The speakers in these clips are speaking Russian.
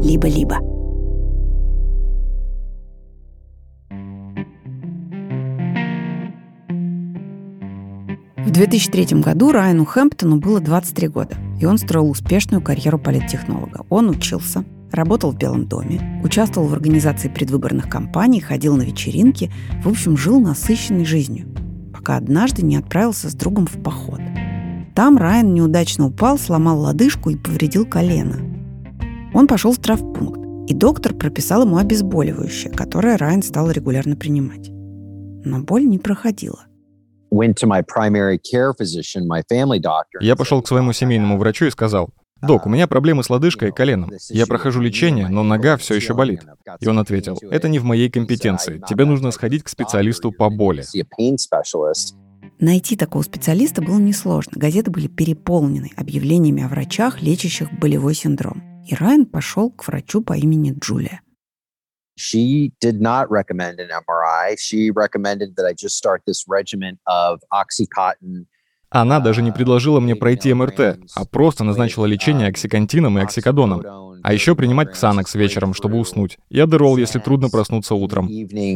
«Либо-либо». В 2003 году Райану Хэмптону было 23 года, и он строил успешную карьеру политтехнолога. Он учился, работал в Белом доме, участвовал в организации предвыборных кампаний, ходил на вечеринки, в общем, жил насыщенной жизнью, пока однажды не отправился с другом в поход. Там Райан неудачно упал, сломал лодыжку и повредил колено. Он пошел в травмпункт, и доктор прописал ему обезболивающее, которое Райан стал регулярно принимать. Но боль не проходила. Я пошел к своему семейному врачу и сказал: «Док, у меня проблемы с лодыжкой и коленом. Я прохожу лечение, но нога все еще болит». И он ответил: «Это не в моей компетенции. Тебе нужно сходить к специалисту по боли». Найти такого специалиста было несложно. Газеты были переполнены объявлениями о врачах, лечащих болевой синдром. И Райан пошел к врачу по имени Джулия. She did not recommend an MRI. She recommended that I just start this regimen of Oxycontin. Она даже не предложила мне пройти МРТ, а просто назначила лечение оксикантином и оксикодоном. А еще принимать Ксанакс вечером, чтобы уснуть, и Адерол, если трудно проснуться утром.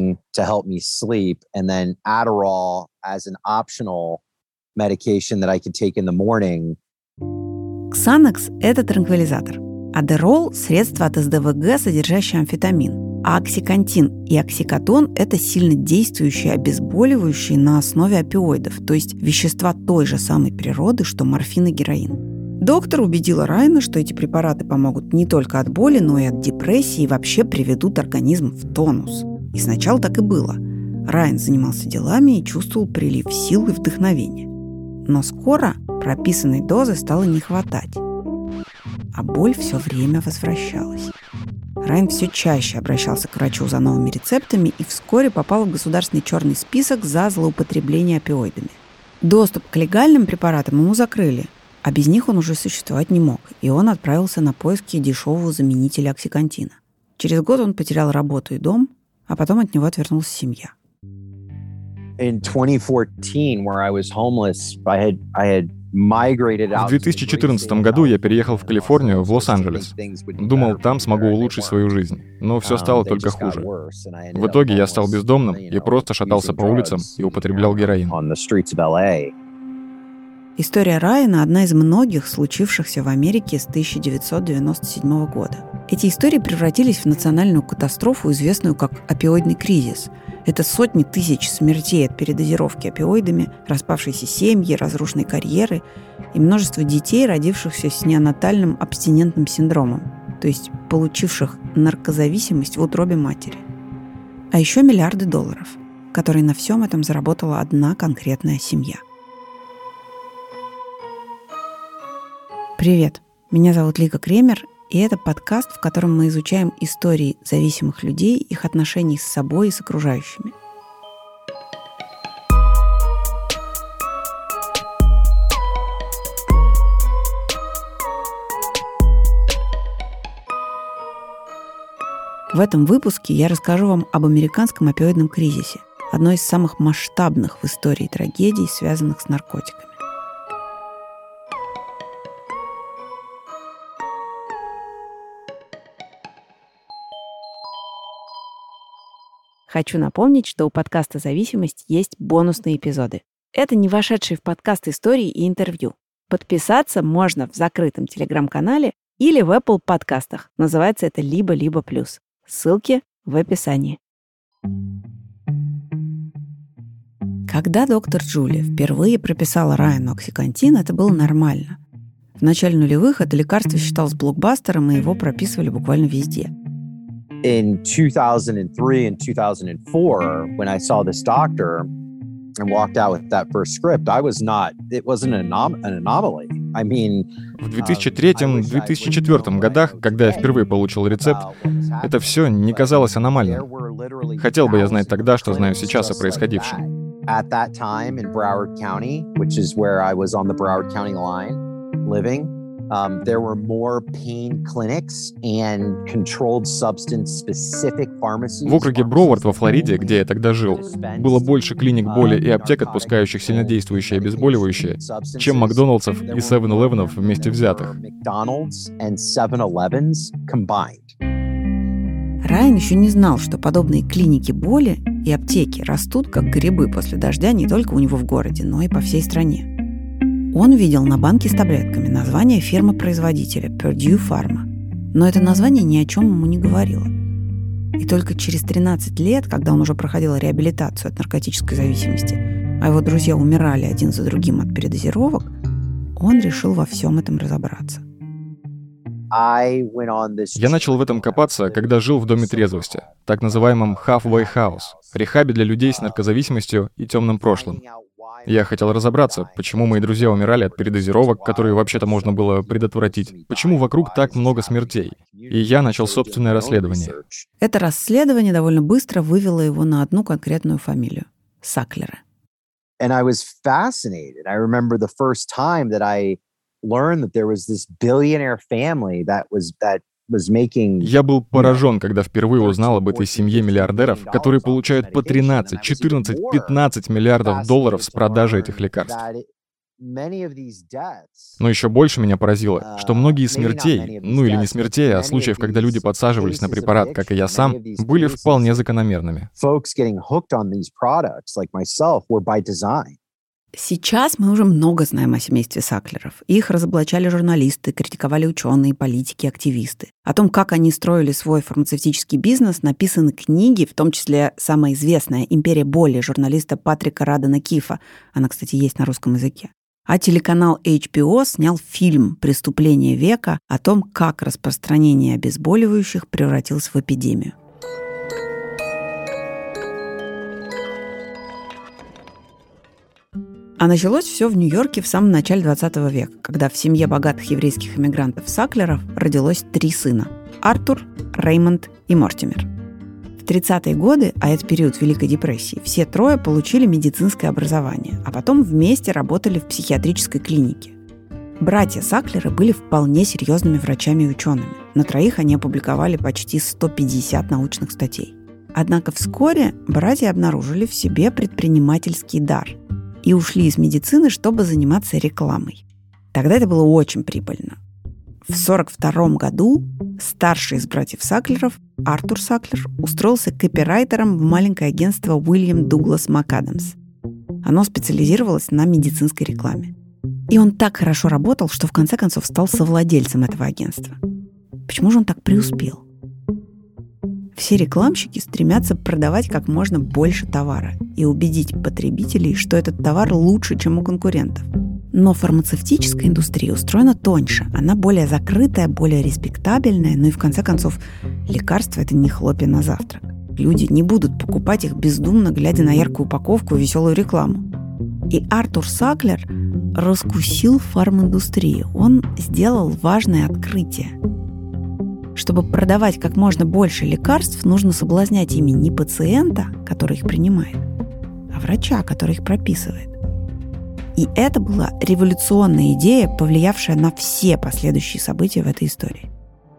Ксанакс – это транквилизатор. Адерол – средство от СДВГ, содержащее амфетамин. А оксикантин и оксикодон – это сильно действующие обезболивающие на основе опиоидов, то есть вещества той же самой природы, что морфин и героин. Доктор убедила Райана, что эти препараты помогут не только от боли, но и от депрессии и вообще приведут организм в тонус. И сначала так и было. Райан занимался делами и чувствовал прилив сил и вдохновения. Но скоро прописанной дозы стало не хватать. А боль все время возвращалась. Райан все чаще обращался к врачу за новыми рецептами и вскоре попал в государственный черный список за злоупотребление опиоидами. Доступ к легальным препаратам ему закрыли, а без них он уже существовать не мог, и он отправился на поиски дешевого заменителя оксикантина. Через год он потерял работу и дом, а потом от него отвернулась семья. В 2014 году я переехал в Калифорнию, в Лос-Анджелес. Думал, там смогу улучшить свою жизнь, но все стало только хуже. В итоге я стал бездомным и просто шатался по улицам и употреблял героин. История Райана – одна из многих, случившихся в Америке с 1997 года. Эти истории превратились в национальную катастрофу, известную как опиоидный кризис. Это сотни тысяч смертей от передозировки опиоидами, распавшиеся семьи, разрушенные карьеры и множество детей, родившихся с неонатальным абстинентным синдромом, то есть получивших наркозависимость в утробе матери. А еще миллиарды долларов, которые на всем этом заработала одна конкретная семья. Привет, меня зовут Лика Кремер, и это подкаст, в котором мы изучаем истории зависимых людей, их отношений с собой и с окружающими. В этом выпуске я расскажу вам об американском опиоидном кризисе, одной из самых масштабных в истории трагедий, связанных с наркотиками. Хочу напомнить, что у подкаста «Зависимость» есть бонусные эпизоды. Это не вошедшие в подкаст истории и интервью. Подписаться можно в закрытом телеграм-канале или в Apple подкастах. Называется это «Либо-либо плюс». Ссылки в описании. Когда доктор Джулия впервые прописала Райану оксикантин, это было нормально. В начале нулевых это лекарство считалось блокбастером, и его прописывали буквально везде. In 2003 and 2004, when I saw this doctor and walked out with that first script, it wasn't an anomaly. I mean, в 2003-2004 годах, когда я впервые получил рецепт, это все не казалось аномальным. Хотел бы я знать тогда, что знаю сейчас о происходившем. At that time in Broward County, which is where I was on the Broward County line living, There were more pain clinics and controlled substance-specific pharmacies. В округе Бровард во Флориде, где я тогда жил, было больше клиник боли и аптек, отпускающих сильнодействующие обезболивающие, чем Макдоналдсов и 7-Eleven'ов вместе взятых. Райан еще не знал, что подобные клиники боли и аптеки растут как грибы после дождя не только у него в городе, но и по всей стране. Он видел на банке с таблетками название фирмы-производителя Purdue Pharma, но это название ни о чем ему не говорило. И только через 13 лет, когда он уже проходил реабилитацию от наркотической зависимости, а его друзья умирали один за другим от передозировок, он решил во всем этом разобраться. Я начал в этом копаться, когда жил в доме трезвости, так называемом halfway house, рехабе для людей с наркозависимостью и темным прошлым. Я хотел разобраться, почему мои друзья умирали от передозировок, которые вообще-то можно было предотвратить, почему вокруг так много смертей. И я начал собственное расследование. Это расследование довольно быстро вывело его на одну конкретную фамилию — Саклеры. And I was fascinated. I remember the first time that I learned that there was this billionaire family that was making... Я был поражен, когда впервые узнал об этой семье миллиардеров, которые получают по 13, 14, 15 миллиардов долларов с продажи этих лекарств. Но еще больше меня поразило, что многие смертей, ну или не смертей, а случаев, когда люди подсаживались на препарат, как и я сам, были вполне закономерными. Сейчас мы уже много знаем о семействе Саклеров. Их разоблачали журналисты, критиковали ученые, политики, активисты. О том, как они строили свой фармацевтический бизнес, написаны книги, в том числе самая известная «Империя боли» журналиста Патрика Раддена Кифа. Она, кстати, есть на русском языке. А телеканал HBO снял фильм «Преступление века» о том, как распространение обезболивающих превратилось в эпидемию. А началось все в Нью-Йорке в самом начале 20 века, когда в семье богатых еврейских иммигрантов Саклеров родилось 3 сына – Артур, Реймонд и Мортимер. В 30-е годы, а это период Великой депрессии, все 3 получили медицинское образование, а потом вместе работали в психиатрической клинике. Братья Саклеры были вполне серьезными врачами и учеными. На 3 они опубликовали почти 150 научных статей. Однако вскоре братья обнаружили в себе предпринимательский дар – и ушли из медицины, чтобы заниматься рекламой. Тогда это было очень прибыльно. В 1942 году старший из братьев Саклеров, Артур Саклер, устроился копирайтером в маленькое агентство Уильям Дуглас МакАдамс. Оно специализировалось на медицинской рекламе. И он так хорошо работал, что в конце концов стал совладельцем этого агентства. Почему же он так преуспел? Все рекламщики стремятся продавать как можно больше товара и убедить потребителей, что этот товар лучше, чем у конкурентов. Но фармацевтическая индустрия устроена тоньше. Она более закрытая, более респектабельная, ну и в конце концов лекарства – это не хлопья на завтрак. Люди не будут покупать их бездумно, глядя на яркую упаковку и веселую рекламу. И Артур Саклер раскусил фарминдустрию. Он сделал важное открытие. Чтобы продавать как можно больше лекарств, нужно соблазнять ими не пациента, который их принимает, а врача, который их прописывает. И это была революционная идея, повлиявшая на все последующие события в этой истории.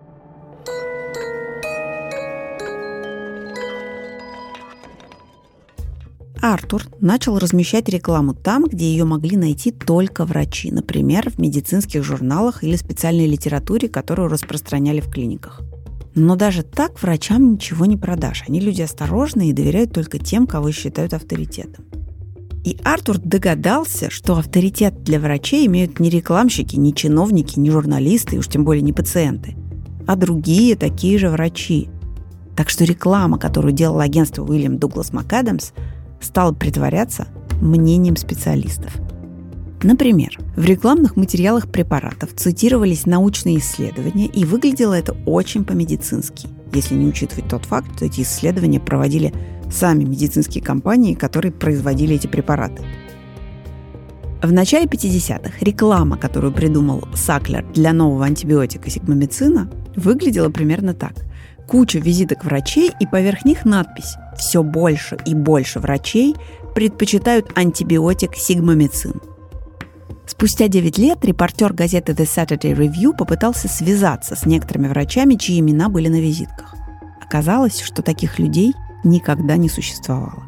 Артур начал размещать рекламу там, где ее могли найти только врачи, например, в медицинских журналах или специальной литературе, которую распространяли в клиниках. Но даже так врачам ничего не продашь. Они люди осторожные и доверяют только тем, кого считают авторитетом. И Артур догадался, что авторитет для врачей имеют не рекламщики, не чиновники, не журналисты, и уж тем более не пациенты, а другие такие же врачи. Так что реклама, которую делало агентство Уильям Дуглас МакАдамс, стала притворяться мнением специалистов. Например, в рекламных материалах препаратов цитировались научные исследования, и выглядело это очень по-медицински, если не учитывать тот факт, что эти исследования проводили сами медицинские компании, которые производили эти препараты. В начале 50-х реклама, которую придумал Саклер для нового антибиотика сигмамицина, выглядела примерно так. Куча визиток врачей и поверх них надпись «Все больше и больше врачей предпочитают антибиотик сигмамицин». Спустя 9 лет репортер газеты The Saturday Review попытался связаться с некоторыми врачами, чьи имена были на визитках. Оказалось, что таких людей никогда не существовало.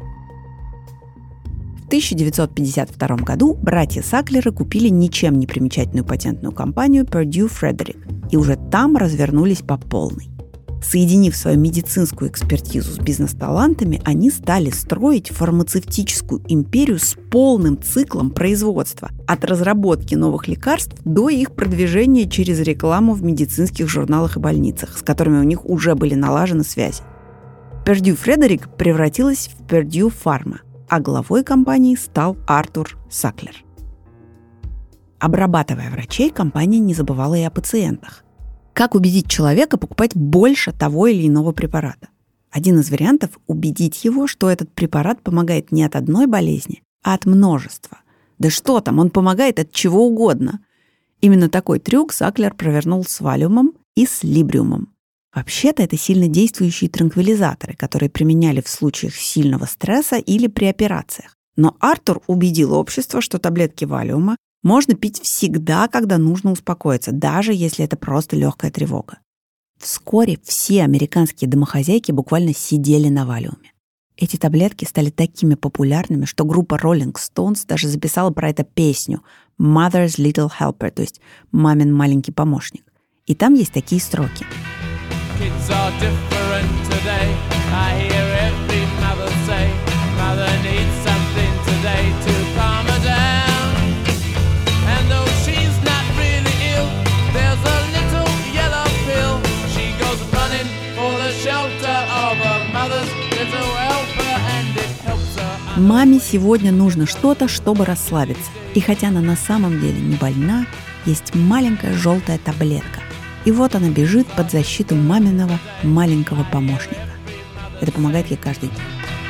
В 1952 году братья Саклеры купили ничем не примечательную патентную компанию Purdue Frederick и уже там развернулись по полной. Соединив свою медицинскую экспертизу с бизнес-талантами, они стали строить фармацевтическую империю с полным циклом производства, от разработки новых лекарств до их продвижения через рекламу в медицинских журналах и больницах, с которыми у них уже были налажены связи. Purdue Frederick превратилась в Purdue Pharma, а главой компании стал Артур Саклер. Обрабатывая врачей, компания не забывала и о пациентах. Как убедить человека покупать больше того или иного препарата? Один из вариантов – убедить его, что этот препарат помогает не от одной болезни, а от множества. Да что там, он помогает от чего угодно. Именно такой трюк Саклер провернул с валиумом и с либриумом. Вообще-то это сильно действующие транквилизаторы, которые применяли в случаях сильного стресса или при операциях. Но Артур убедил общество, что таблетки валиума можно пить всегда, когда нужно успокоиться, даже если это просто легкая тревога. Вскоре все американские домохозяйки буквально сидели на валиуме. Эти таблетки стали такими популярными, что группа Rolling Stones даже записала про это песню «Mother's Little Helper», то есть «Мамин маленький помощник». И там есть такие строки. Kids are different today. I hear every mother say, mother needs something today to calm her down. And though she's not really ill, there's a little yellow pill. She goes running for the shelter of her mother's little helper, and it helps her. Маме сегодня нужно что-то, чтобы расслабиться. И хотя она на самом деле не больна, есть маленькая желтая таблетка. И вот она бежит под защиту маминого маленького помощника. Это помогает ей каждый день.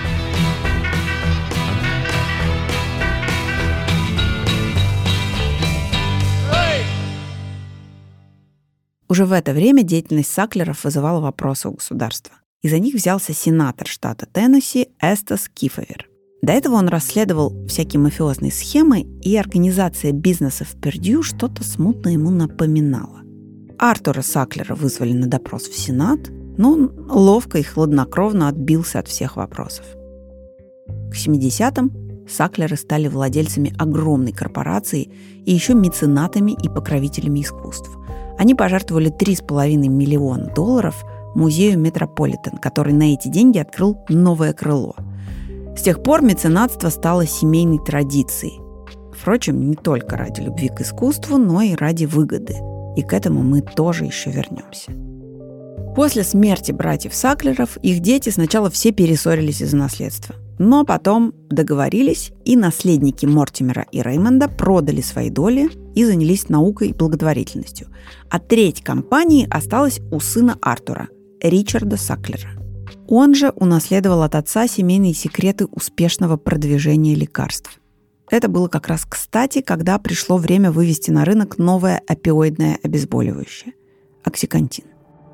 Уже в это время деятельность Саклеров вызывала вопросы у государства. И за них взялся сенатор штата Теннесси Эстас Кифовер. До этого он расследовал всякие мафиозные схемы, и организация бизнеса в Пердью что-то смутно ему напоминала. Артура Саклера вызвали на допрос в Сенат, но он ловко и хладнокровно отбился от всех вопросов. К 70-м Саклеры стали владельцами огромной корпорации и еще меценатами и покровителями искусств. Они пожертвовали $3,5 миллиона музею Метрополитен, который на эти деньги открыл новое крыло. С тех пор меценатство стало семейной традицией. Впрочем, не только ради любви к искусству, но и ради выгоды. И к этому мы тоже еще вернемся. После смерти братьев Саклеров их дети сначала все перессорились из-за наследства. Но потом договорились, и наследники Мортимера и Реймонда продали свои доли и занялись наукой и благотворительностью. А треть компании осталась у сына Артура, Ричарда Саклера. Он же унаследовал от отца семейные секреты успешного продвижения лекарств. Это было как раз кстати, когда пришло время вывести на рынок новое опиоидное обезболивающее – оксикантин.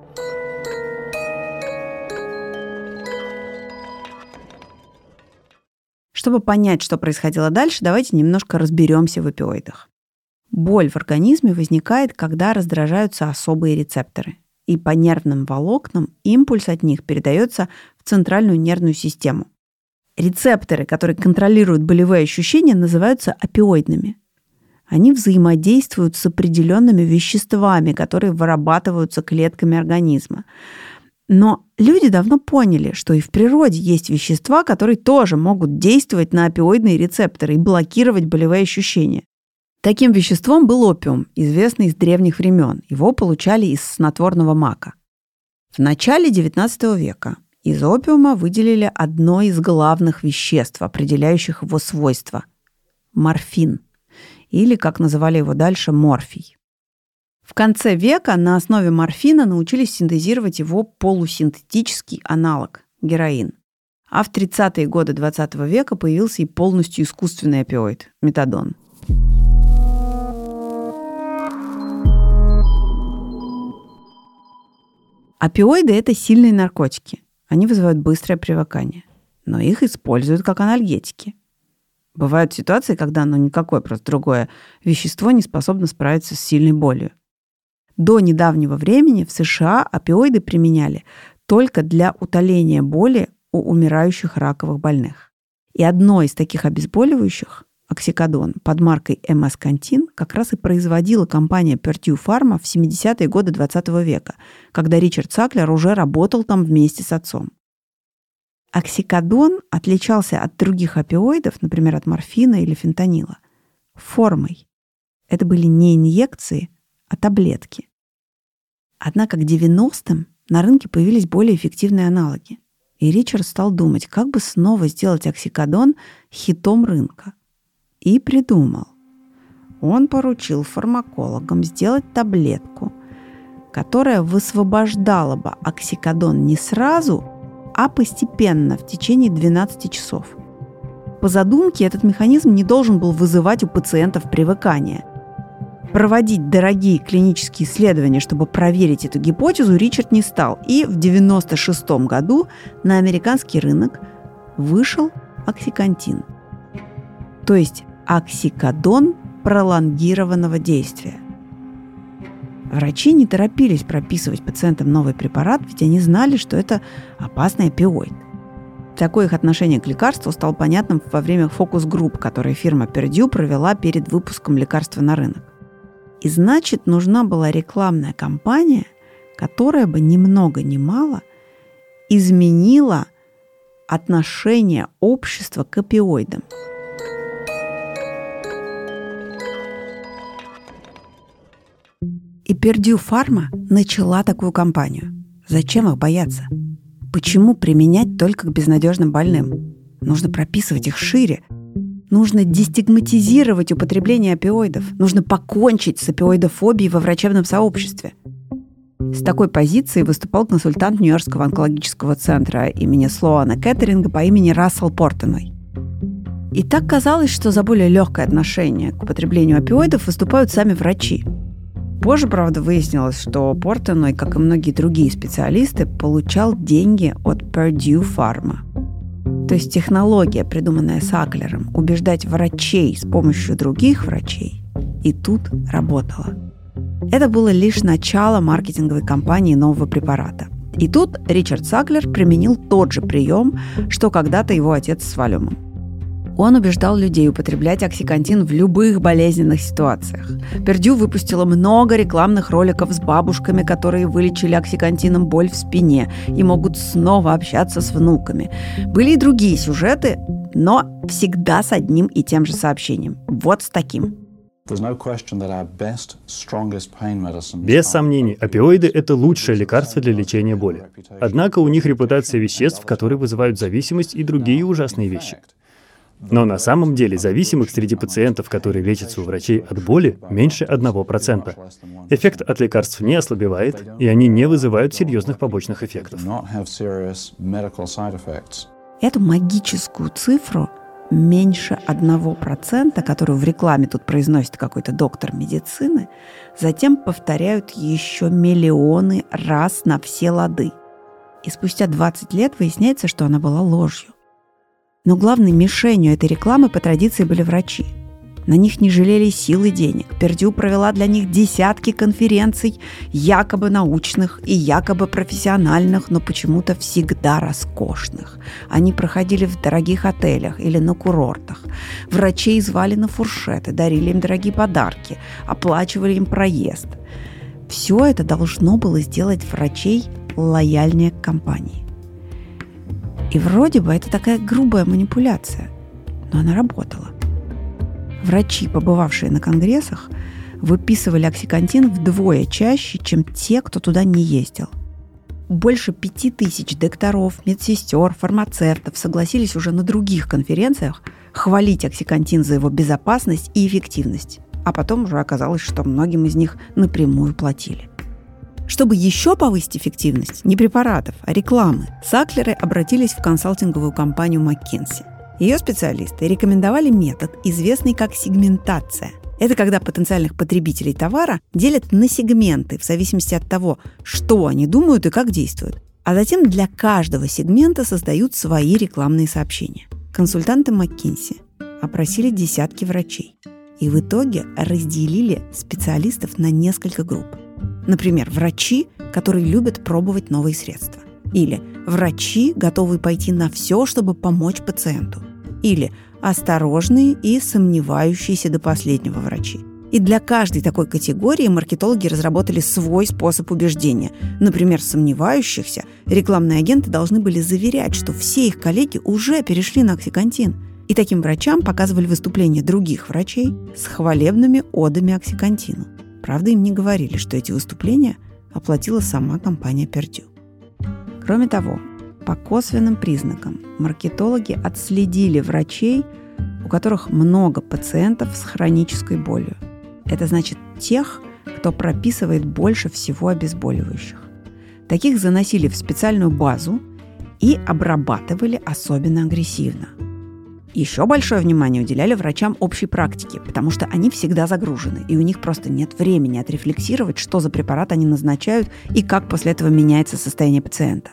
Чтобы понять, что происходило дальше, давайте немножко разберемся в опиоидах. Боль в организме возникает, когда раздражаются особые рецепторы. И по нервным волокнам импульс от них передается в центральную нервную систему. Рецепторы, которые контролируют болевые ощущения, называются опиоидными. Они взаимодействуют с определенными веществами, которые вырабатываются клетками организма. Но люди давно поняли, что и в природе есть вещества, которые тоже могут действовать на опиоидные рецепторы и блокировать болевые ощущения. Таким веществом был опиум, известный с древних времен. Его получали из снотворного мака. В начале XIX века из опиума выделили одно из главных веществ, определяющих его свойства – морфин, или, как называли его дальше, морфий. В конце века на основе морфина научились синтезировать его полусинтетический аналог – героин. А в 30-е годы XX века появился и полностью искусственный опиоид – метадон. Опиоиды – это сильные наркотики. Они вызывают быстрое привыкание, но их используют как анальгетики. Бывают ситуации, когда никакое просто другое вещество не способно справиться с сильной болью. До недавнего времени в США опиоиды применяли только для утоления боли у умирающих раковых больных. И одно из таких обезболивающих, оксикодон, под маркой MS-Contin, как раз и производила компания Purdue Pharma в 70-е годы 20 века, когда Ричард Саклер уже работал там вместе с отцом. Оксикодон отличался от других опиоидов, например, от морфина или фентанила, формой. Это были не инъекции, а таблетки. Однако к 90-м на рынке появились более эффективные аналоги. И Ричард стал думать, как бы снова сделать оксикодон хитом рынка. И придумал. Он поручил фармакологам сделать таблетку, которая высвобождала бы оксикодон не сразу, а постепенно, в течение 12 часов. По задумке, этот механизм не должен был вызывать у пациентов привыкание. Проводить дорогие клинические исследования, чтобы проверить эту гипотезу, Ричард не стал. И в 1996 году на американский рынок вышел оксикантин. То есть оксикодон пролонгированного действия. Врачи не торопились прописывать пациентам новый препарат, ведь они знали, что это опасный опиоид. Такое их отношение к лекарству стало понятным во время фокус-групп, которые фирма Purdue провела перед выпуском лекарства на рынок. И значит, нужна была рекламная кампания, которая бы ни много ни мало изменила отношение общества к опиоидам. И Purdue Pharma начала такую кампанию. Зачем их бояться? Почему применять только к безнадежным больным? Нужно прописывать их шире. Нужно дестигматизировать употребление опиоидов. Нужно покончить с опиоидофобией во врачебном сообществе. С такой позиции выступал консультант Нью-Йоркского онкологического центра имени Слоана Кеттеринга по имени Рассел Портеной. И так казалось, что за более легкое отношение к употреблению опиоидов выступают сами врачи. Позже, правда, выяснилось, что Портеной, как и многие другие специалисты, получал деньги от Purdue Pharma. То есть технология, придуманная Саклером, убеждать врачей с помощью других врачей, и тут работала. Это было лишь начало маркетинговой кампании нового препарата. И тут Ричард Саклер применил тот же прием, что когда-то его отец с Валюмом. Он убеждал людей употреблять оксикантин в любых болезненных ситуациях. Purdue выпустила много рекламных роликов с бабушками, которые вылечили оксикантином боль в спине и могут снова общаться с внуками. Были и другие сюжеты, но всегда с одним и тем же сообщением. Вот с таким. Без сомнений, опиоиды – это лучшее лекарство для лечения боли. Однако у них репутация веществ, которые вызывают зависимость и другие ужасные вещи. Но на самом деле зависимых среди пациентов, которые лечатся у врачей от боли, меньше 1%. Эффект от лекарств не ослабевает, и они не вызывают серьезных побочных эффектов. Эту магическую цифру меньше 1%, которую в рекламе тут произносит какой-то доктор медицины, затем повторяют еще миллионы раз на все лады. И спустя 20 лет выясняется, что она была ложью. Но главной мишенью этой рекламы по традиции были врачи. На них не жалели сил и денег. Purdue провела для них десятки конференций, якобы научных и якобы профессиональных, но почему-то всегда роскошных. Они проходили в дорогих отелях или на курортах. Врачей звали на фуршеты, дарили им дорогие подарки, оплачивали им проезд. Все это должно было сделать врачей лояльнее к компании. И вроде бы это такая грубая манипуляция, но она работала. Врачи, побывавшие на конгрессах, выписывали оксикантин вдвое чаще, чем те, кто туда не ездил. Больше 5000 докторов, медсестер, фармацевтов согласились уже на других конференциях хвалить оксикантин за его безопасность и эффективность. А потом уже оказалось, что многим из них напрямую платили. Чтобы еще повысить эффективность не препаратов, а рекламы, Саклеры обратились в консалтинговую компанию McKinsey. Ее специалисты рекомендовали метод, известный как сегментация. Это когда потенциальных потребителей товара делят на сегменты в зависимости от того, что они думают и как действуют. А затем для каждого сегмента создают свои рекламные сообщения. Консультанты McKinsey опросили десятки врачей и в итоге разделили специалистов на несколько групп. Например, врачи, которые любят пробовать новые средства. Или врачи, готовые пойти на все, чтобы помочь пациенту. Или осторожные и сомневающиеся до последнего врачи. И для каждой такой категории маркетологи разработали свой способ убеждения. Например, сомневающихся рекламные агенты должны были заверять, что все их коллеги уже перешли на оксикантин. И таким врачам показывали выступления других врачей с хвалебными одами оксикантину. Правда, им не говорили, что эти выступления оплатила сама компания Purdue. Кроме того, по косвенным признакам маркетологи отследили врачей, у которых много пациентов с хронической болью. Это значит тех, кто прописывает больше всего обезболивающих. Таких заносили в специальную базу и обрабатывали особенно агрессивно. Еще большое внимание уделяли врачам общей практики, потому что они всегда загружены, и у них просто нет времени отрефлексировать, что за препарат они назначают и как после этого меняется состояние пациента.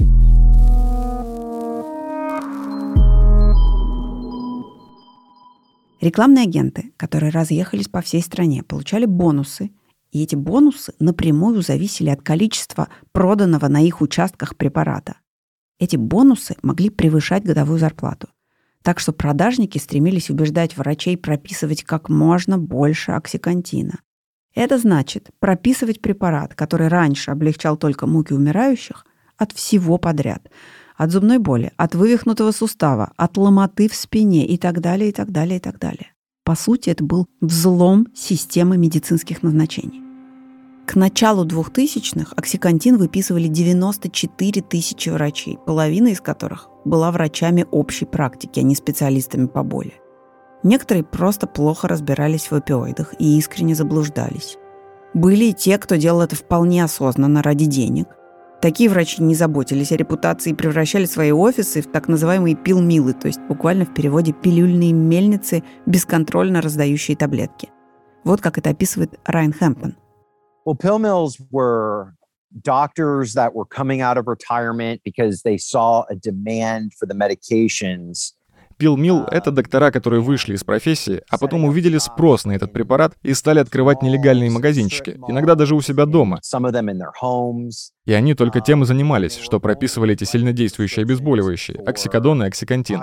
Рекламные агенты, которые разъехались по всей стране, получали бонусы, и эти бонусы напрямую зависели от количества проданного на их участках препарата. Эти бонусы могли превышать годовую зарплату. Так что продажники стремились убеждать врачей прописывать как можно больше оксикантина. Это значит прописывать препарат, который раньше облегчал только муки умирающих, от всего подряд. От зубной боли, от вывихнутого сустава, от ломоты в спине и так далее, и так далее, и так далее. По сути, это был взлом системы медицинских назначений. К началу 2000-х оксикантин выписывали 94 тысячи врачей, половина из которых была врачами общей практики, а не специалистами по боли. Некоторые просто плохо разбирались в опиоидах и искренне заблуждались. Были и те, кто делал это вполне осознанно ради денег. Такие врачи не заботились о репутации и превращали свои офисы в так называемые пил-милы, то есть буквально в переводе пилюльные мельницы, бесконтрольно раздающие таблетки. Вот как это описывает Райан Хэмптон. Well, pill mills were doctors that were coming out of retirement because they saw a demand for the medications. Пил-милл — это доктора, которые вышли из профессии, а потом увидели спрос на этот препарат и стали открывать нелегальные магазинчики, иногда даже у себя дома. И они только тем и занимались, что прописывали эти сильнодействующие обезболивающие — оксикодон и оксикантин.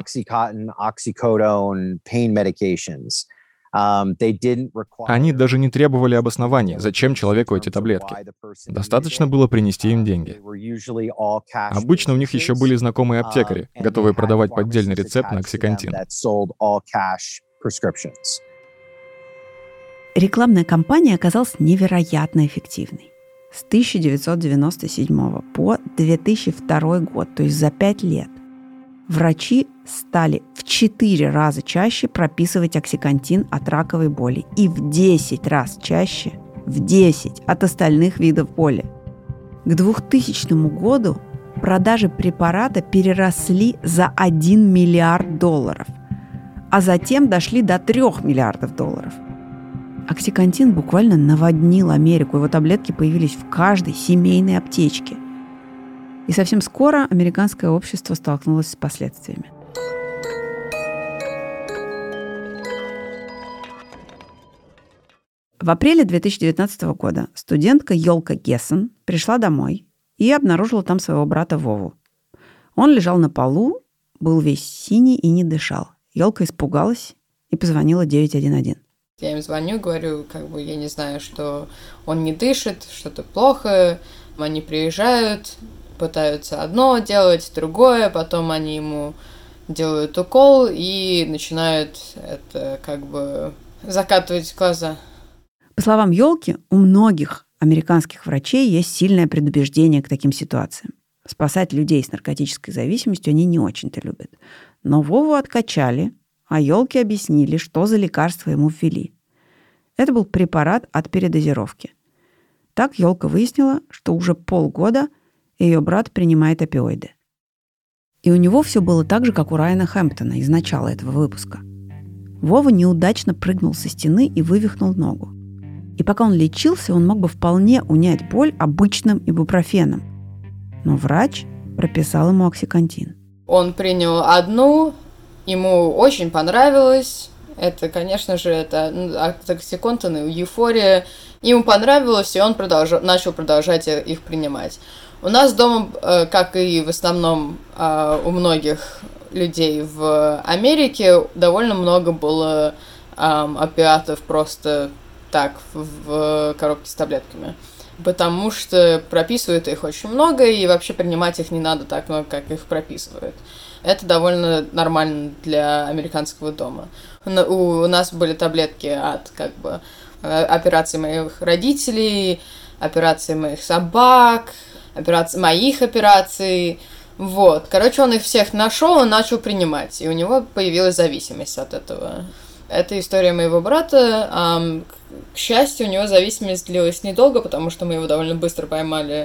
Они даже не требовали обоснований, зачем человеку эти таблетки. Достаточно было принести им деньги. Обычно у них еще были знакомые аптекари, готовые продавать поддельный рецепт на оксикантин. Рекламная кампания оказалась невероятно эффективной. С 1997 по 2002 год, то есть за 5 лет, врачи стали в 4 раза чаще прописывать оксикантин от раковой боли и в 10 раз чаще, в 10 от остальных видов боли. К 2000 году продажи препарата переросли за $1 миллиард, а затем дошли до $3 миллиардов. Оксикантин буквально наводнил Америку, его таблетки появились в каждой семейной аптечке. И совсем скоро американское общество столкнулось с последствиями. В апреле 2019 года студентка Йолка Гессен пришла домой и обнаружила там своего брата Вову. Он лежал на полу, был весь синий и не дышал. Йолка испугалась и позвонила 911. Я им звоню, говорю, я не знаю, что он не дышит, что-то плохо. Они приезжают, пытаются одно делать, другое, потом они ему делают укол и начинают закатывать глаза. По словам Йолки, у многих американских врачей есть сильное предубеждение к таким ситуациям. Спасать людей с наркотической зависимостью они не очень-то любят. Но Вову откачали, а Йолке объяснили, что за лекарство ему ввели. Это был препарат от передозировки. Так Йолка выяснила, что уже полгода ее брат принимает опиоиды. И у него все было так же, как у Райана Хэмптона из начала этого выпуска. Вова неудачно прыгнул со стены и вывихнул ногу. И пока он лечился, он мог бы вполне унять боль обычным ибупрофеном. Но врач прописал ему оксикантин. Он принял одну ему очень понравилось. Это, конечно же, это оксиконтин и эйфория. Ему понравилось, и он начал продолжать их принимать. У нас дома, как и в основном у многих людей в Америке, довольно много было опиатов просто так в коробке с таблетками. Потому что прописывают их очень много, и вообще принимать их не надо так много, как их прописывают. Это довольно нормально для американского дома. У нас были таблетки от операций моих родителей, операций моих собак, моих операций. Вот. Короче, он их всех нашел и начал принимать, и у него появилась зависимость от этого. Это история моего брата. К счастью, у него зависимость длилась недолго, потому что мы его довольно быстро поймали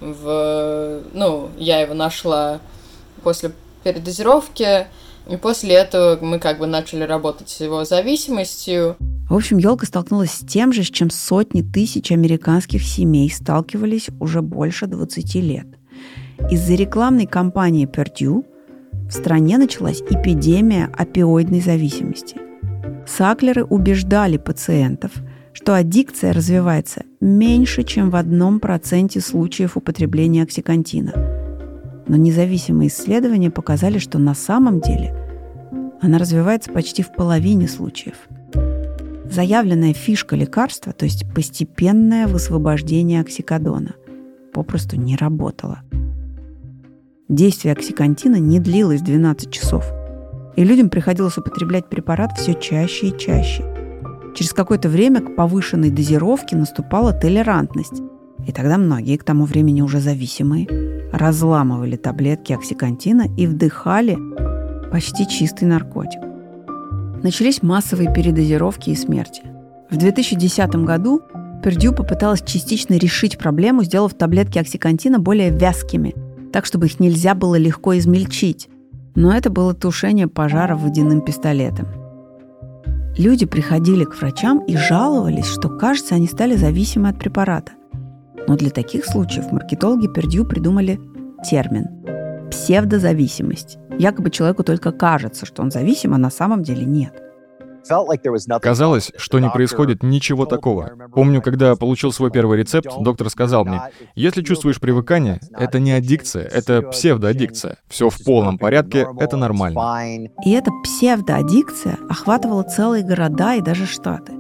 я его нашла после передозировки, и после этого мы начали работать с его зависимостью. В общем, Ёлка столкнулась с тем же, с чем сотни тысяч американских семей сталкивались уже больше 20 лет. Из-за рекламной кампании Purdue в стране началась эпидемия опиоидной зависимости. Саклеры убеждали пациентов, что аддикция развивается меньше, чем в 1% случаев употребления оксиконтина. Но независимые исследования показали, что на самом деле она развивается почти в половине случаев. Заявленная фишка лекарства, то есть постепенное высвобождение оксикодона, попросту не работала. Действие оксиконтина не длилось 12 часов, и людям приходилось употреблять препарат все чаще и чаще. Через какое-то время к повышенной дозировке наступала толерантность, и тогда многие, к тому времени уже зависимые, разламывали таблетки оксиконтина и вдыхали почти чистый наркотик. Начались массовые передозировки и смерти. В 2010 году Purdue попыталась частично решить проблему, сделав таблетки оксиконтина более вязкими, так, чтобы их нельзя было легко измельчить. Но это было тушение пожара водяным пистолетом. Люди приходили к врачам и жаловались, что, кажется, они стали зависимы от препарата. Но для таких случаев маркетологи Purdue придумали термин – псевдозависимость. Якобы человеку только кажется, что он зависим, а на самом деле нет. Казалось, что не происходит ничего такого. Помню, когда получил свой первый рецепт, доктор сказал мне: если чувствуешь привыкание, это не аддикция, это псевдоаддикция. Все в полном порядке, это нормально. И эта псевдоаддикция охватывала целые города и даже штаты.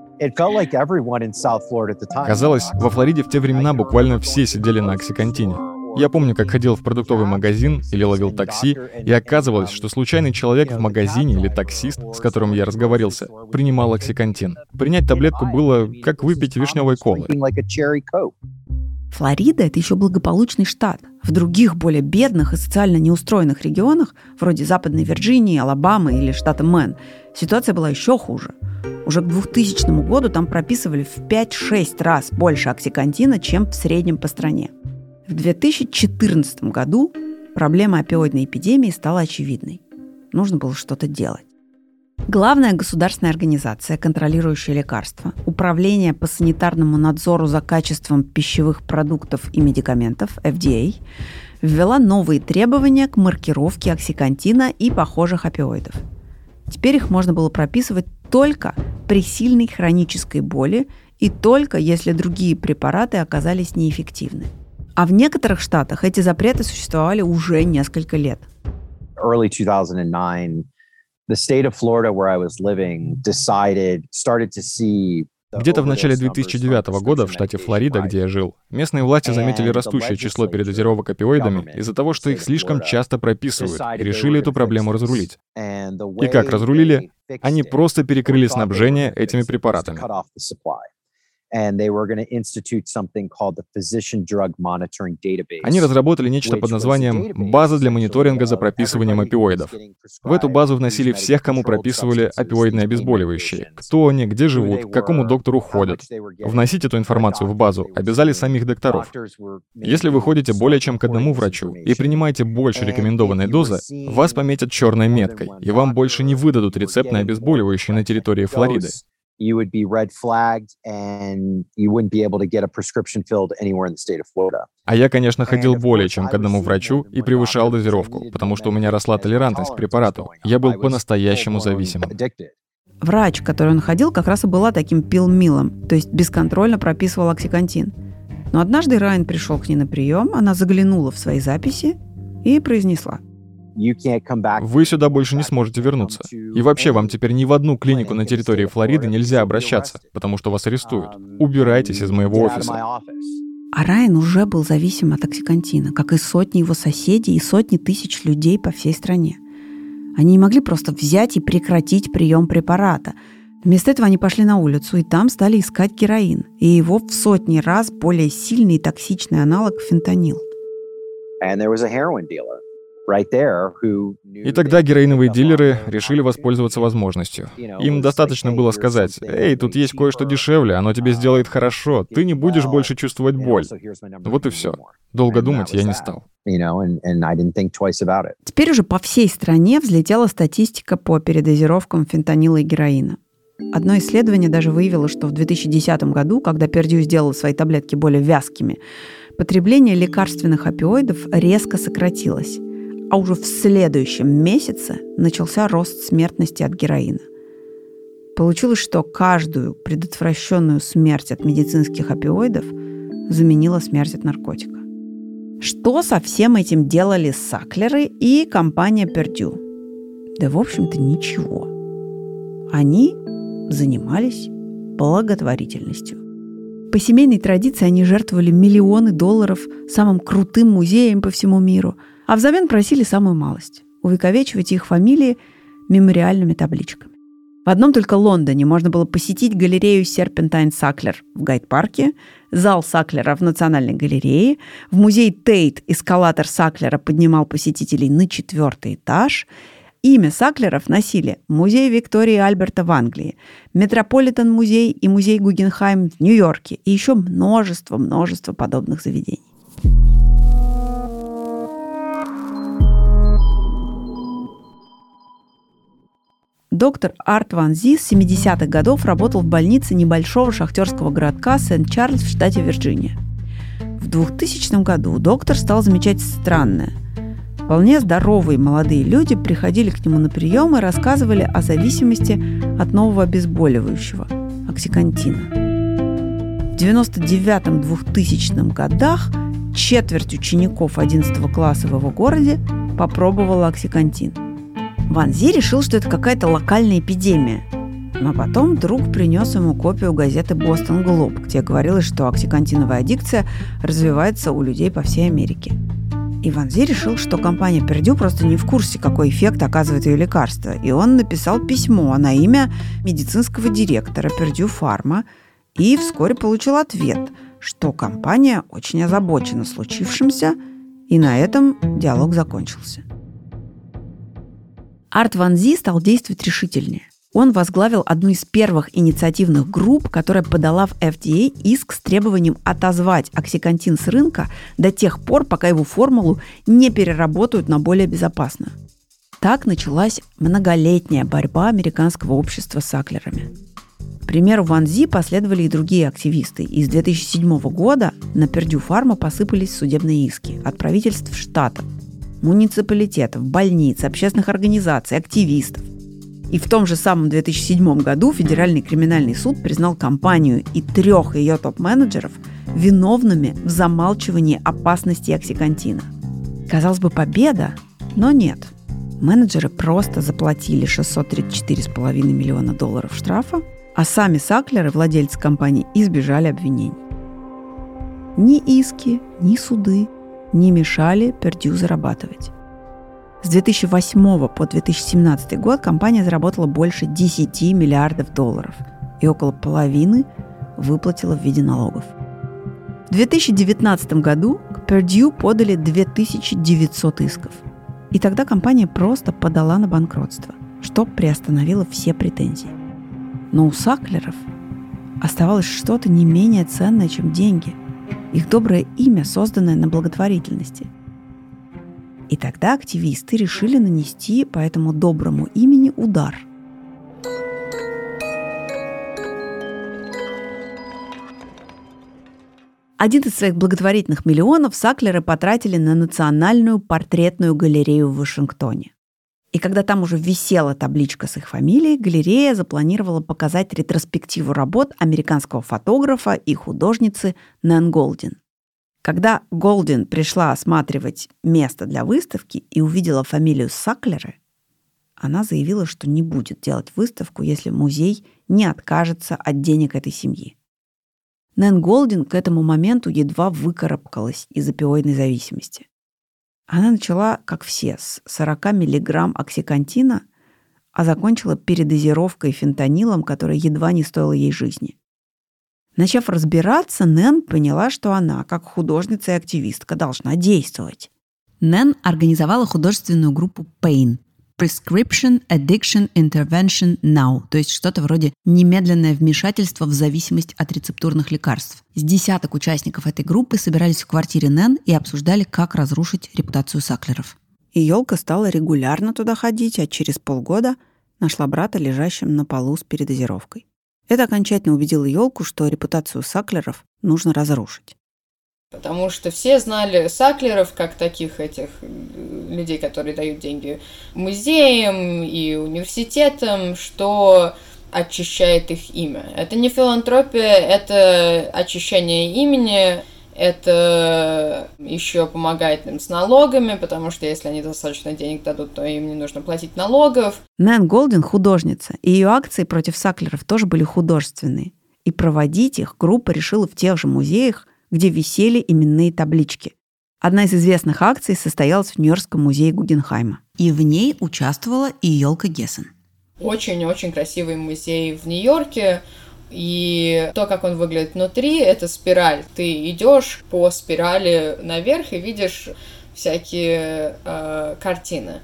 Казалось, во Флориде в те времена буквально все сидели на оксиконтине. Я помню, как ходил в продуктовый магазин или ловил такси, и оказывалось, что случайный человек в магазине или таксист, с которым я разговорился, принимал оксиконтин. Принять таблетку было как выпить вишневой колы. Флорида – это еще благополучный штат. В других, более бедных и социально неустроенных регионах, вроде Западной Вирджинии, Алабамы или штата Мэн, ситуация была еще хуже. Уже к 2000 году там прописывали в 5-6 раз больше оксиконтина, чем в среднем по стране. В 2014 году проблема опиоидной эпидемии стала очевидной. Нужно было что-то делать. Главная государственная организация, контролирующая лекарства, Управление по санитарному надзору за качеством пищевых продуктов и медикаментов, FDA, ввела новые требования к маркировке оксиконтина и похожих опиоидов. Теперь их можно было прописывать только при сильной хронической боли и только если другие препараты оказались неэффективны. А в некоторых штатах эти запреты существовали уже несколько лет. Early 2009, the state of Florida, where I was living, started to see. Где-то в начале 2009 года в штате Флорида, где я жил, местные власти заметили растущее число передозировок опиоидами из-за того, что их слишком часто прописывают, и решили эту проблему разрулить. И как разрулили? Они просто перекрыли снабжение этими препаратами. Они разработали нечто под названием «База для мониторинга за прописыванием опиоидов». В эту базу вносили всех, кому прописывали опиоидные обезболивающие. Кто они, где живут, к какому доктору ходят. Вносить эту информацию в базу обязали самих докторов. Если вы ходите более чем к одному врачу и принимаете больше рекомендованной дозы, вас пометят черной меткой, и вам больше не выдадут рецепт на обезболивающие на территории Флориды. you would be red flagged and you wouldn't be able to get a prescription filled anywhere in the state of Florida. А я, конечно, ходил более чем к одному врачу и превышал дозировку, потому что у меня росла толерантность к препарату. Я был по-настоящему зависимым. Врач, к которой он ходил, как раз и была таким пил-милом, то есть бесконтрольно прописывал оксикантин. Но однажды Райан пришел к ней на прием, она заглянула в свои записи и произнесла: «Вы сюда больше не сможете вернуться. И вообще, вам теперь ни в одну клинику на территории Флориды нельзя обращаться, потому что вас арестуют. Убирайтесь из моего офиса». А Райан уже был зависим от оксикантина, как и сотни его соседей и сотни тысяч людей по всей стране. Они не могли просто взять и прекратить прием препарата. Вместо этого они пошли на улицу и там стали искать героин, и его в сотни раз более сильный и токсичный аналог фентанил. И тогда героиновые дилеры решили воспользоваться возможностью. Им достаточно было сказать: «Эй, тут есть кое-что дешевле, оно тебе сделает хорошо, ты не будешь больше чувствовать боль». Вот и все. Долго думать я не стал. Теперь уже по всей стране взлетела статистика по передозировкам фентанила и героина. Одно исследование даже выявило, что в 2010 году, когда Пердью сделал свои таблетки более вязкими, потребление лекарственных опиоидов резко сократилось. А уже в следующем месяце начался рост смертности от героина. Получилось, что каждую предотвращенную смерть от медицинских опиоидов заменила смерть от наркотика. Что со всем этим делали Саклеры и компания Пердью? Да, в общем-то, ничего. Они занимались благотворительностью. По семейной традиции они жертвовали миллионы долларов самым крутым музеям по всему миру, а взамен просили самую малость – увековечивать их фамилии мемориальными табличками. В одном только Лондоне можно было посетить галерею Серпентайн Саклер в Гайд-парке, зал Саклера в Национальной галерее, в музей Тейт эскалатор Саклера поднимал посетителей на 4-й этаж. Имя Саклеров носили Музей Виктории и Альберта в Англии, Метрополитен-музей и Музей Гугенхайм в Нью-Йорке и еще множество подобных заведений. Доктор Арт Ван Зи с 70-х годов работал в больнице небольшого шахтерского городка Сент-Чарльз в штате Вирджиния. В 2000 году доктор стал замечать странное. Вполне здоровые молодые люди приходили к нему на прием и рассказывали о зависимости от нового обезболивающего – оксикантина. В 99-2000 годах четверть учеников 11 класса в его городе попробовала оксикантин. Ван Зи решил, что это какая-то локальная эпидемия. Но потом друг принес ему копию газеты «Бостон Глоб», где говорилось, что оксикантиновая аддикция развивается у людей по всей Америке. И Ван Зи решил, что компания Пердью просто не в курсе, какой эффект оказывает ее лекарство. И он написал письмо на имя медицинского директора Пердью Фарма и вскоре получил ответ, что компания очень озабочена случившимся, и на этом диалог закончился. Арт Ван Зи стал действовать решительнее. Он возглавил одну из первых инициативных групп, которая подала в FDA иск с требованием отозвать оксикантин с рынка до тех пор, пока его формулу не переработают на более безопасную. Так началась многолетняя борьба американского общества с саклерами. К примеру Ван Зи последовали и другие активисты. И с 2007 года на Пердью Фарма посыпались судебные иски от правительств штатов, муниципалитетов, больниц, общественных организаций, активистов. И в том же самом 2007 году Федеральный криминальный суд признал компанию и 3 ее топ-менеджеров виновными в замалчивании опасности оксикантина. Казалось бы, победа, но нет. Менеджеры просто заплатили $634,5 миллиона штрафа, а сами саклеры, владельцы компании, избежали обвинений. Ни иски, ни суды не мешали Пердью зарабатывать. С 2008 по 2017 год компания заработала больше $10 миллиардов и около половины выплатила в виде налогов. В 2019 году к Пердью подали 2900 исков. И тогда компания просто подала на банкротство, что приостановило все претензии. Но у саклеров оставалось что-то не менее ценное, чем деньги. Их доброе имя, созданное на благотворительности. И тогда активисты решили нанести по этому доброму имени удар. Один из своих благотворительных миллионов Саклеры потратили на Национальную портретную галерею в Вашингтоне. И когда там уже висела табличка с их фамилией, галерея запланировала показать ретроспективу работ американского фотографа и художницы Нэн Голдин. Когда Голдин пришла осматривать место для выставки и увидела фамилию Саклеры, она заявила, что не будет делать выставку, если музей не откажется от денег этой семьи. Нэн Голдин к этому моменту едва выкарабкалась из опиоидной зависимости. Она начала, как все, с 40 миллиграмм оксикантина, а закончила передозировкой фентанилом, которая едва не стоила ей жизни. Начав разбираться, Нэн поняла, что она, как художница и активистка, должна действовать. Нэн организовала художественную группу PAIN – Prescription Addiction Intervention Now, то есть что-то вроде немедленное вмешательство в зависимость от рецептурных лекарств. С десяток участников этой группы собирались в квартире Нэн и обсуждали, как разрушить репутацию Саклеров. И Ёлка стала регулярно туда ходить, а через полгода нашла брата лежащим на полу с передозировкой. Это окончательно убедило Ёлку, что репутацию Саклеров нужно разрушить. Потому что все знали Саклеров как таких этих людей, которые дают деньги музеям и университетам, что очищает их имя. Это не филантропия, это очищение имени, это еще помогает им с налогами, потому что если они достаточно денег дадут, то им не нужно платить налогов. Нэн Голдин – художница, и ее акции против Саклеров тоже были художественные. И проводить их группа решила в тех же музеях, где висели именные таблички. Одна из известных акций состоялась в Нью-Йоркском музее Гугенхайма. И в ней участвовала и Ёлка Гессен. Очень-очень красивый музей в Нью-Йорке. И то, как он выглядит внутри, это спираль. Ты идешь по спирали наверх и видишь всякие картины.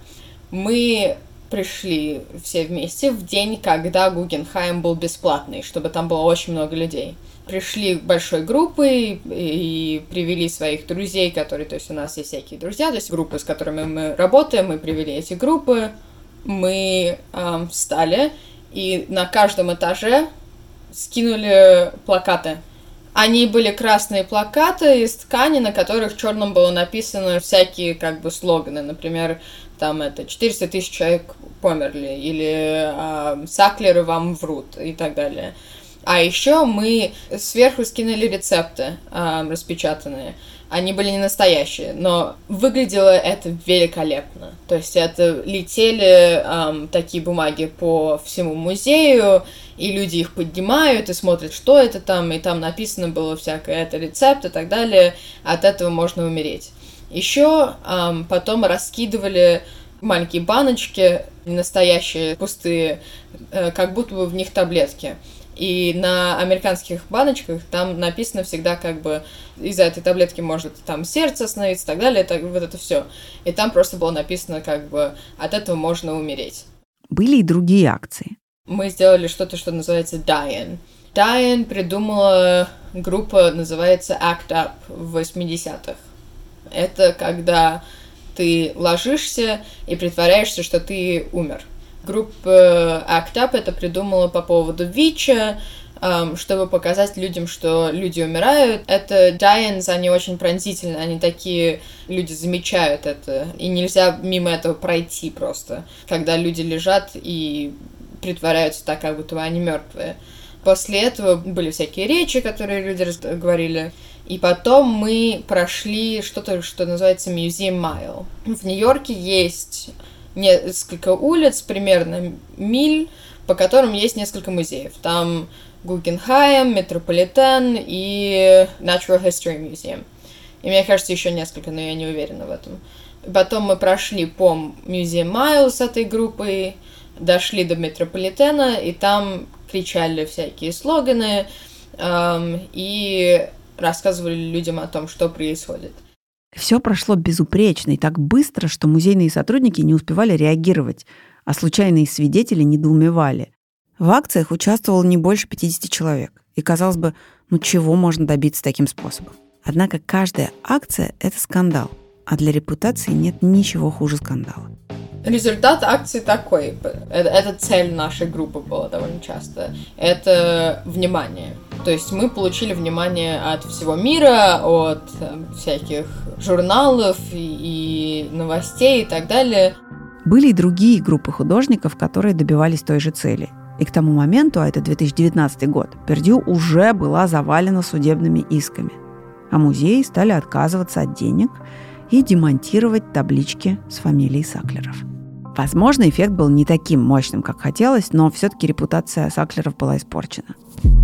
Мы пришли все вместе в день, когда Гугенхайм был бесплатный, чтобы там было очень много людей. Пришли большой группой и привели своих друзей, которые, то есть у нас есть всякие друзья, то есть группы, с которыми мы работаем, мы привели эти группы, мы встали и на каждом этаже скинули плакаты. Они были красные плакаты из ткани, на которых черным было написано всякие как бы слоганы, например, там это 400 тысяч человек померли, или Саклеры вам врут и так далее. А еще мы сверху скинули рецепты распечатанные. Они были не настоящие, но выглядело это великолепно. То есть это летели такие бумаги по всему музею, и люди их поднимают и смотрят, что это там, и там написано было всякое, это рецепт и так далее. От этого можно умереть. Еще потом раскидывали маленькие баночки, настоящие, пустые, как будто бы в них таблетки. И на американских баночках там написано всегда как бы из-за этой таблетки может там сердце остановиться и так далее, вот это все. И там просто было написано как бы от этого можно умереть. Были и другие акции. Мы сделали что-то, что называется Die-In. Die-In придумала группа, называется Act Up в 80-х. Это когда ты ложишься и притворяешься, что ты умер. Группа Act Up это придумала по поводу ВИЧа, чтобы показать людям, что люди умирают. Это Die-ins, они очень пронзительны, они такие, люди замечают это, и нельзя мимо этого пройти просто, когда люди лежат и притворяются так, как будто они мертвые. После этого были всякие речи, которые люди говорили, и потом мы прошли что-то, что называется Museum Mile. В Нью-Йорке есть несколько улиц, примерно миль, по которым есть несколько музеев. Там Гугенхайм, Метрополитен и Natural History Museum. И мне кажется, еще несколько, но я не уверена в этом. Потом мы прошли по Museum Mile с этой группой, дошли до Метрополитена, и там кричали всякие слоганы и рассказывали людям о том, что происходит. Все прошло безупречно и так быстро, что музейные сотрудники не успевали реагировать, а случайные свидетели недоумевали. В акциях участвовало не больше 50 человек. И, казалось бы, чего можно добиться таким способом? Однако каждая акция – это скандал, а для репутации нет ничего хуже скандала. Результат акции такой. Это цель нашей группы была довольно часто. Это внимание. То есть мы получили внимание от всего мира, от всяких журналов и новостей и так далее. Были и другие группы художников, которые добивались той же цели. И к тому моменту, а это 2019 год, Пердью уже была завалена судебными исками. А музеи стали отказываться от денег и демонтировать таблички с фамилией Саклеров. Возможно, эффект был не таким мощным, как хотелось, но все-таки репутация Саклеров была испорчена.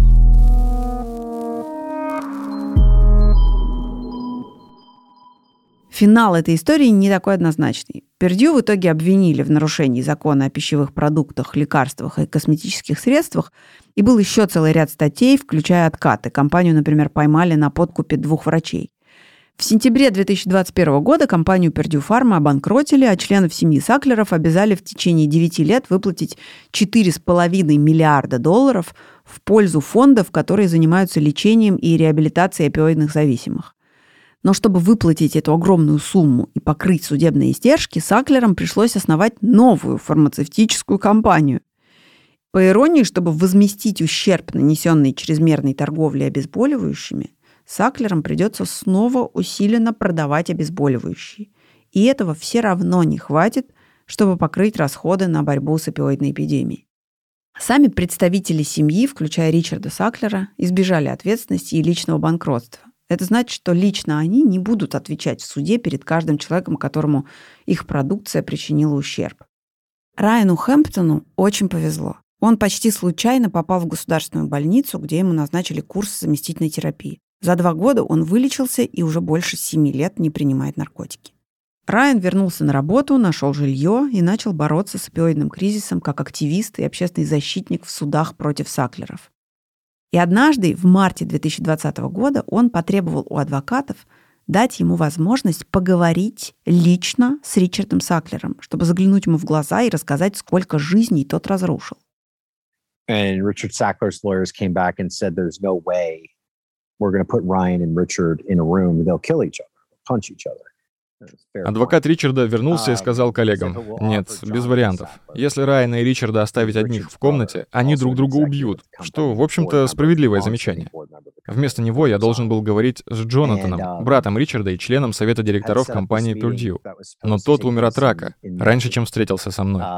Финал этой истории не такой однозначный. Пердью в итоге обвинили в нарушении закона о пищевых продуктах, лекарствах и косметических средствах, и был еще целый ряд статей, включая откаты. Компанию, например, поймали на подкупе 2 врачей. В сентябре 2021 года компанию Пердью Фарма обанкротили, а членов семьи Саклеров обязали в течение 9 лет выплатить $4,5 миллиарда в пользу фондов, которые занимаются лечением и реабилитацией опиоидных зависимых. Но чтобы выплатить эту огромную сумму и покрыть судебные издержки, Саклерам пришлось основать новую фармацевтическую компанию. По иронии, чтобы возместить ущерб, нанесенный чрезмерной торговлей обезболивающими, Саклерам придется снова усиленно продавать обезболивающие. И этого все равно не хватит, чтобы покрыть расходы на борьбу с опиоидной эпидемией. Сами представители семьи, включая Ричарда Саклера, избежали ответственности и личного банкротства. Это значит, что лично они не будут отвечать в суде перед каждым человеком, которому их продукция причинила ущерб. Райану Хэмптону очень повезло. Он почти случайно попал в государственную больницу, где ему назначили курс заместительной терапии. За 2 года он вылечился и уже больше 7 лет не принимает наркотики. Райан вернулся на работу, нашел жилье и начал бороться с опиоидным кризисом как активист и общественный защитник в судах против Саклеров. И однажды, в марте 2020 года, он потребовал у адвокатов дать ему возможность поговорить лично с Ричардом Саклером, чтобы заглянуть ему в глаза и рассказать, сколько жизней тот разрушил. And Richard Sackler's lawyers came back and said, there's no way we're going to put Ryan and Richard in a room. They'll kill each other, punch each other. Адвокат Ричарда вернулся и сказал коллегам: «Нет, без вариантов. Если Райана и Ричарда оставить одних в комнате, они друг друга убьют», что, в общем-то, справедливое замечание. Вместо него я должен был говорить с Джонатаном, братом Ричарда и членом совета директоров компании Пердью. Но тот умер от рака, раньше, чем встретился со мной.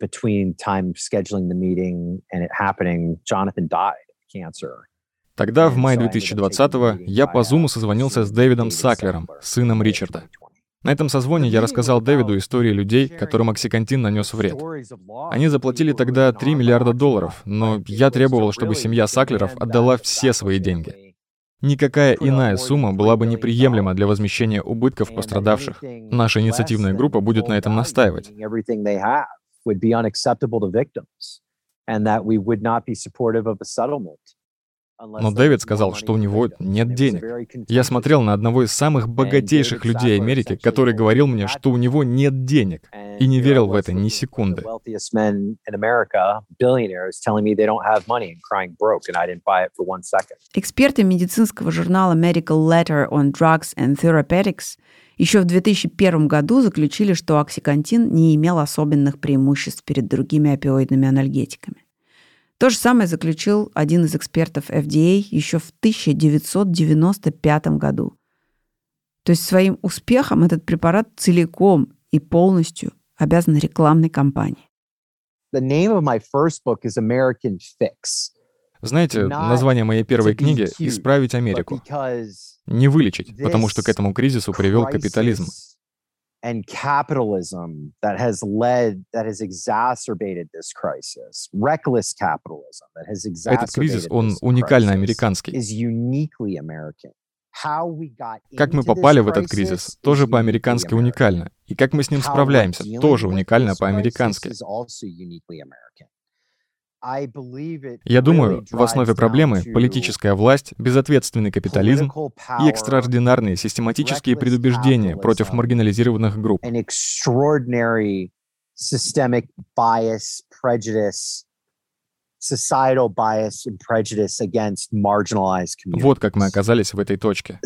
Тогда, в мае 2020-го, я по Зуму созвонился с Дэвидом Саклером, сыном Ричарда. На этом созвоне я рассказал Дэвиду истории людей, которым оксикантин нанес вред. Они заплатили тогда $3 миллиарда, но я требовал, чтобы семья Саклеров отдала все свои деньги. Никакая иная сумма была бы неприемлема для возмещения убытков пострадавших. Наша инициативная группа будет на этом настаивать. Но Дэвид сказал, что у него нет денег. Я смотрел на одного из самых богатейших людей Америки, который говорил мне, что у него нет денег, и не верил в это ни секунды. Эксперты медицинского журнала Medical Letter on Drugs and Therapeutics еще в 2001 году заключили, что оксикантин не имел особенных преимуществ перед другими опиоидными анальгетиками. То же самое заключил один из экспертов FDA еще в 1995 году. То есть своим успехом этот препарат целиком и полностью обязан рекламной кампании. Знаете, название моей первой книги «Исправить Америку». Не вылечить, потому что к этому кризису привел капитализм. And capitalism that has exacerbated this crisis, reckless capitalism that has exacerbated Этот кризис, он уникально американский. Как мы попали в этот кризис, тоже по-американски уникально. И как мы с ним справляемся, тоже уникально по-американски. Я думаю, в основе проблемы политическая власть, безответственный капитализм и экстраординарные систематические предубеждения против маргинализированных групп. Вот как мы оказались в этой точке.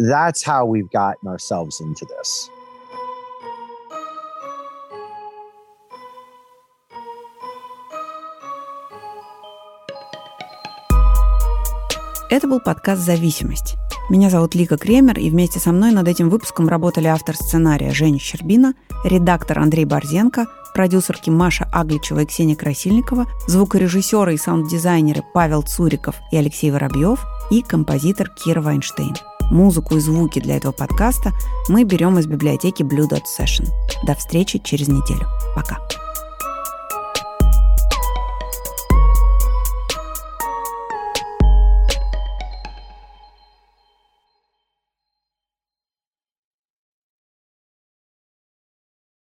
Это был подкаст «Зависимость». Меня зовут Лика Кремер, и вместе со мной над этим выпуском работали автор сценария Женя Щербина, редактор Андрей Борзенко, продюсерки Маша Агличева и Ксения Красильникова, звукорежиссеры и саунд-дизайнеры Павел Цуриков и Алексей Воробьев и композитор Кира Вайнштейн. Музыку и звуки для этого подкаста мы берем из библиотеки Blue Dot Session. До встречи через неделю. Пока.